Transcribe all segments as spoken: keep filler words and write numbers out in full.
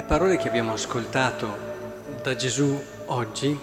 Le parole che abbiamo ascoltato da Gesù oggi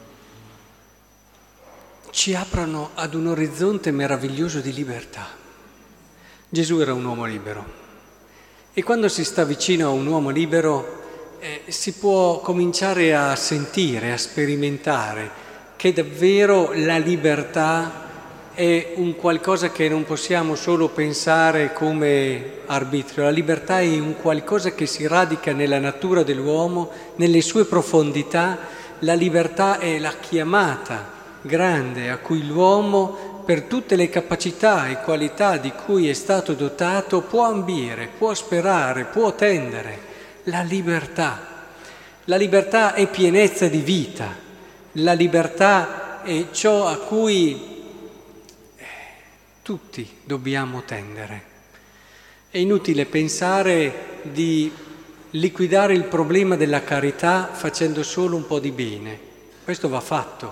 ci aprono ad un orizzonte meraviglioso di libertà. Gesù era un uomo libero e quando si sta vicino a un uomo libero eh, si può cominciare a sentire, a sperimentare che davvero la libertà è un qualcosa che non possiamo solo pensare come arbitrio. La libertà è un qualcosa che si radica nella natura dell'uomo, nelle sue profondità. La libertà è la chiamata grande a cui l'uomo, per tutte le capacità e qualità di cui è stato dotato, può ambire, può sperare, può tendere. La libertà. La libertà è pienezza di vita. La libertà è ciò a cui tutti dobbiamo tendere. È inutile pensare di liquidare il problema della carità facendo solo un po' di bene. Questo va fatto.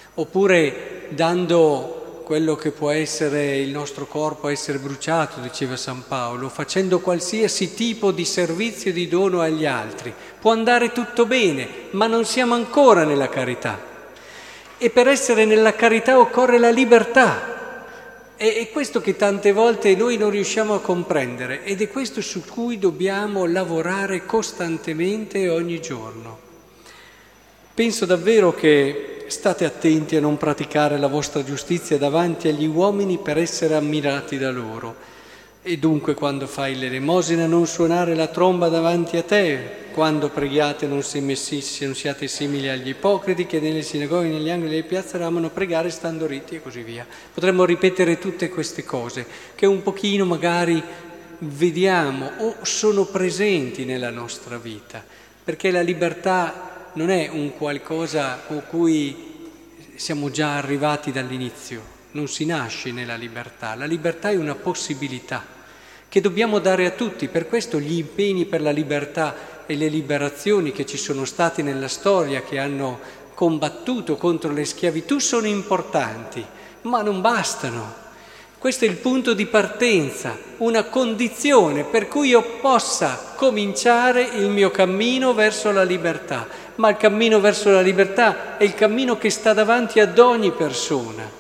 Oppure dando quello che può essere il nostro corpo a essere bruciato, diceva San Paolo, facendo qualsiasi tipo di servizio e di dono agli altri. Può andare tutto bene, ma non siamo ancora nella carità. E per essere nella carità occorre la libertà. È questo che tante volte noi non riusciamo a comprendere ed è questo su cui dobbiamo lavorare costantemente ogni giorno. Penso davvero che state attenti a non praticare la vostra giustizia davanti agli uomini per essere ammirati da loro. E dunque quando fai l'elemosina non suonare la tromba davanti a te, quando preghiate non, si messi, non siate simili agli ipocriti che nelle sinagoghe e negli angoli delle piazze amano pregare stando ritti e così via. Potremmo ripetere tutte queste cose che un pochino magari vediamo o sono presenti nella nostra vita, perché la libertà non è un qualcosa con cui siamo già arrivati dall'inizio. Non si nasce nella libertà, la libertà è una possibilità che dobbiamo dare a tutti, per questo gli impegni per la libertà e le liberazioni che ci sono stati nella storia, che hanno combattuto contro le schiavitù, sono importanti, ma non bastano. Questo è il punto di partenza, una condizione per cui io possa cominciare il mio cammino verso la libertà, ma il cammino verso la libertà è il cammino che sta davanti ad ogni persona.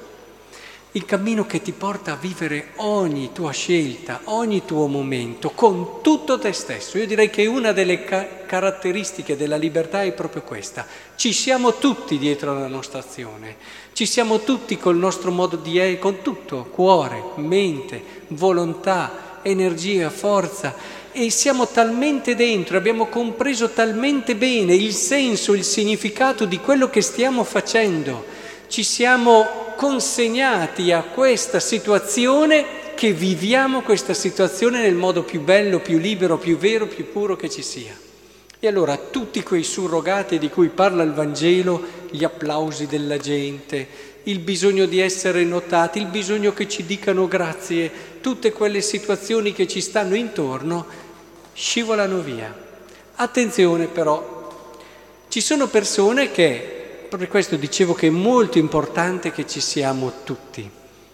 Il cammino che ti porta a vivere ogni tua scelta, ogni tuo momento, con tutto te stesso. Io direi che una delle ca- caratteristiche della libertà è proprio questa. Ci siamo tutti dietro alla nostra azione, ci siamo tutti col nostro modo di essere, con tutto, cuore, mente, volontà, energia, forza. E siamo talmente dentro, abbiamo compreso talmente bene il senso, il significato di quello che stiamo facendo. Ci siamo consegnati a questa situazione che viviamo questa situazione nel modo più bello, più libero, più vero, più puro che ci sia. E allora tutti quei surrogati di cui parla il Vangelo, gli applausi della gente, il bisogno di essere notati, il bisogno che ci dicano grazie, tutte quelle situazioni che ci stanno intorno, scivolano via. Attenzione però, ci sono persone che, per questo dicevo che è molto importante che ci siamo tutti,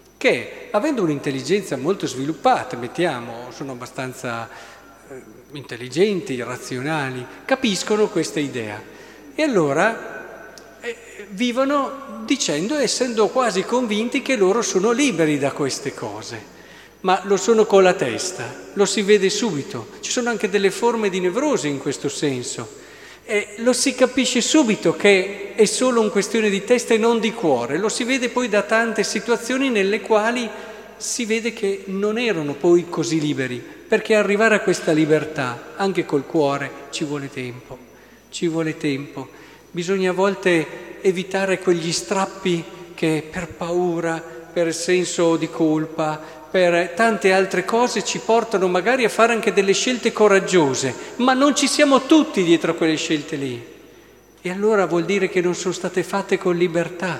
che avendo un'intelligenza molto sviluppata, mettiamo, sono abbastanza eh, intelligenti, razionali, capiscono questa idea e allora eh, vivono dicendo, essendo quasi convinti che loro sono liberi da queste cose, ma lo sono con la testa, lo si vede subito, ci sono anche delle forme di nevrosi in questo senso. E lo si capisce subito che è solo una questione di testa e non di cuore, lo si vede poi da tante situazioni nelle quali si vede che non erano poi così liberi, perché arrivare a questa libertà, anche col cuore, ci vuole tempo, ci vuole tempo. Bisogna a volte evitare quegli strappi che per paura, per senso di colpa, per tante altre cose ci portano magari a fare anche delle scelte coraggiose, ma non ci siamo tutti dietro a quelle scelte lì. E allora vuol dire che non sono state fatte con libertà.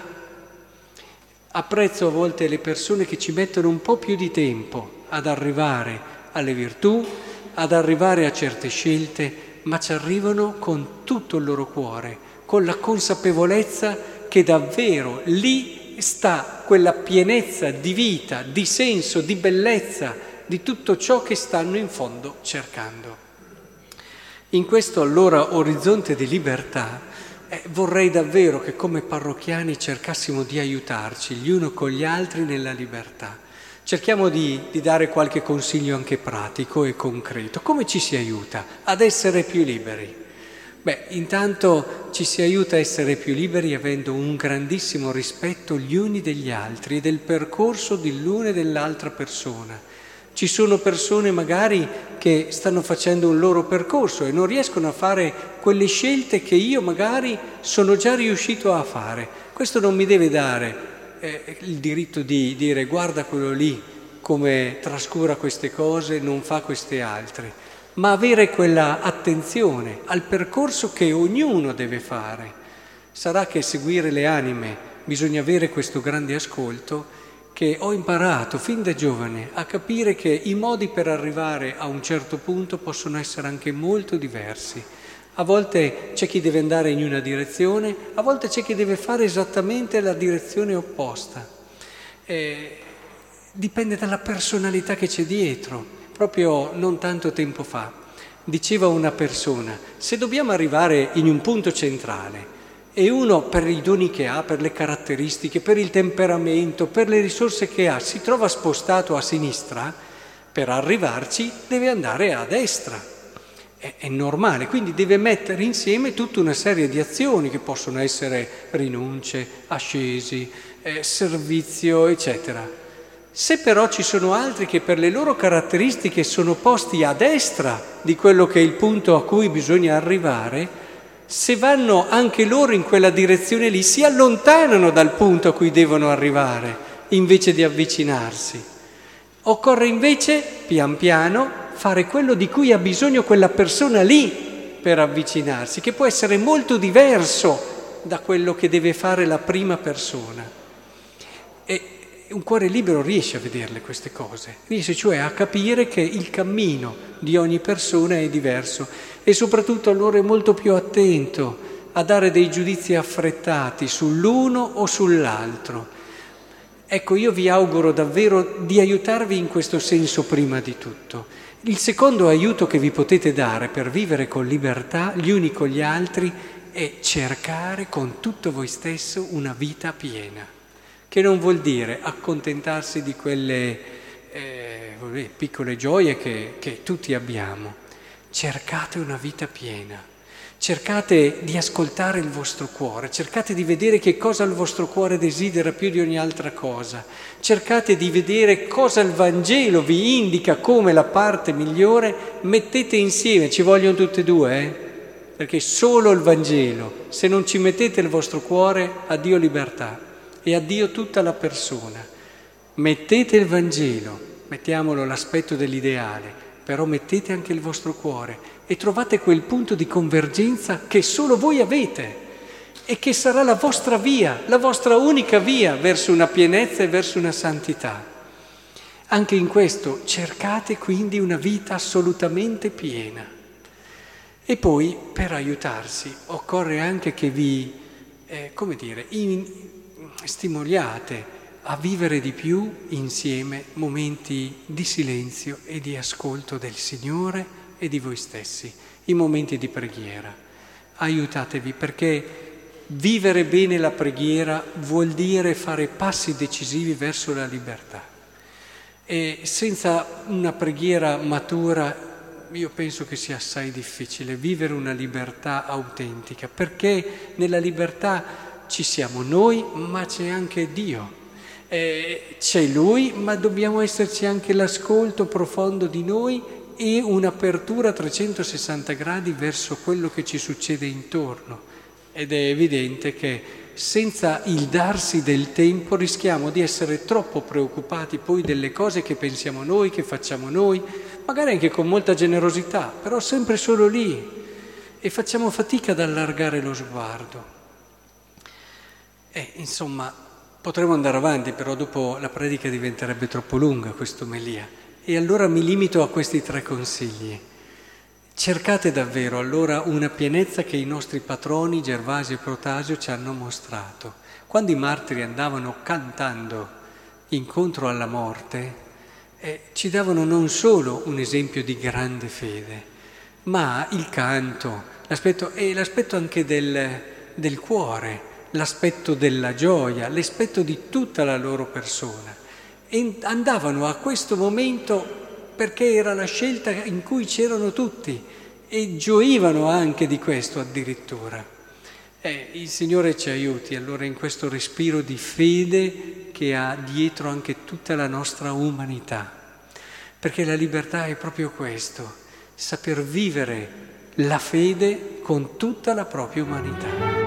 Apprezzo a volte le persone che ci mettono un po' più di tempo ad arrivare alle virtù, ad arrivare a certe scelte, ma ci arrivano con tutto il loro cuore, con la consapevolezza che davvero lì sta quella pienezza di vita, di senso, di bellezza, di tutto ciò che stanno in fondo cercando. In questo allora orizzonte di libertà eh, vorrei davvero che come parrocchiani cercassimo di aiutarci gli uno con gli altri nella libertà. Cerchiamo di, di dare qualche consiglio anche pratico e concreto. Come ci si aiuta ad essere più liberi? Beh, intanto ci si aiuta a essere più liberi avendo un grandissimo rispetto gli uni degli altri e del percorso dell'una e dell'altra persona. Ci sono persone magari che stanno facendo un loro percorso e non riescono a fare quelle scelte che io magari sono già riuscito a fare. Questo non mi deve dare eh, il diritto di dire guarda quello lì come trascura queste cose, non fa queste altre. Ma avere quella attenzione al percorso che ognuno deve fare. Sarà che seguire le anime bisogna avere questo grande ascolto che ho imparato fin da giovane a capire che i modi per arrivare a un certo punto possono essere anche molto diversi. A volte c'è chi deve andare in una direzione, a volte c'è chi deve fare esattamente la direzione opposta. Eh, dipende dalla personalità che c'è dietro. Proprio non tanto tempo fa diceva una persona, se dobbiamo arrivare in un punto centrale e uno per i doni che ha, per le caratteristiche, per il temperamento, per le risorse che ha, si trova spostato a sinistra, per arrivarci deve andare a destra. È, è normale, quindi deve mettere insieme tutta una serie di azioni che possono essere rinunce, ascesi, eh, servizio, eccetera. Se però ci sono altri che per le loro caratteristiche sono posti a destra di quello che è il punto a cui bisogna arrivare, se vanno anche loro in quella direzione lì, si allontanano dal punto a cui devono arrivare, invece di avvicinarsi. Occorre invece, pian piano, fare quello di cui ha bisogno quella persona lì per avvicinarsi, che può essere molto diverso da quello che deve fare la prima persona. E un cuore libero riesce a vederle queste cose, riesce cioè a capire che il cammino di ogni persona è diverso e soprattutto allora è molto più attento a dare dei giudizi affrettati sull'uno o sull'altro. Ecco, io vi auguro davvero di aiutarvi in questo senso prima di tutto. Il secondo aiuto che vi potete dare per vivere con libertà gli uni con gli altri è cercare con tutto voi stesso una vita piena. Che non vuol dire accontentarsi di quelle eh, piccole gioie che, che tutti abbiamo. Cercate una vita piena, cercate di ascoltare il vostro cuore, cercate di vedere che cosa il vostro cuore desidera più di ogni altra cosa, cercate di vedere cosa il Vangelo vi indica come la parte migliore, mettete insieme, ci vogliono tutte e due, eh? Perché solo il Vangelo, se non ci mettete il vostro cuore, addio libertà. E a Dio tutta la persona. Mettete il Vangelo, mettiamolo l'aspetto dell'ideale, però mettete anche il vostro cuore e trovate quel punto di convergenza che solo voi avete e che sarà la vostra via, la vostra unica via verso una pienezza e verso una santità. Anche in questo cercate quindi una vita assolutamente piena. E poi per aiutarsi occorre anche che vi, eh, come dire, in, stimoliate a vivere di più insieme momenti di silenzio e di ascolto del Signore e di voi stessi, i momenti di preghiera. Aiutatevi perché vivere bene la preghiera vuol dire fare passi decisivi verso la libertà. E senza una preghiera matura io penso che sia assai difficile vivere una libertà autentica, perché nella libertà ci siamo noi, ma c'è anche Dio. Eh, c'è Lui, ma dobbiamo esserci anche l'ascolto profondo di noi e un'apertura a trecentosessanta gradi verso quello che ci succede intorno. Ed è evidente che senza il darsi del tempo rischiamo di essere troppo preoccupati poi delle cose che pensiamo noi, che facciamo noi, magari anche con molta generosità, però sempre solo lì, e facciamo fatica ad allargare lo sguardo. Eh, insomma, potremmo andare avanti, però dopo la predica diventerebbe troppo lunga questa omelia. E allora mi limito a questi tre consigli. Cercate davvero allora una pienezza che i nostri patroni Gervasio e Protasio ci hanno mostrato. Quando i martiri andavano cantando incontro alla morte, eh, ci davano non solo un esempio di grande fede, ma il canto, l'aspetto, e l'aspetto anche del, del cuore, l'aspetto della gioia, l'aspetto di tutta la loro persona. E andavano a questo momento perché era la scelta in cui c'erano tutti e gioivano anche di questo addirittura. Eh, il Signore ci aiuti allora in questo respiro di fede che ha dietro anche tutta la nostra umanità, perché la libertà è proprio questo, saper vivere la fede con tutta la propria umanità.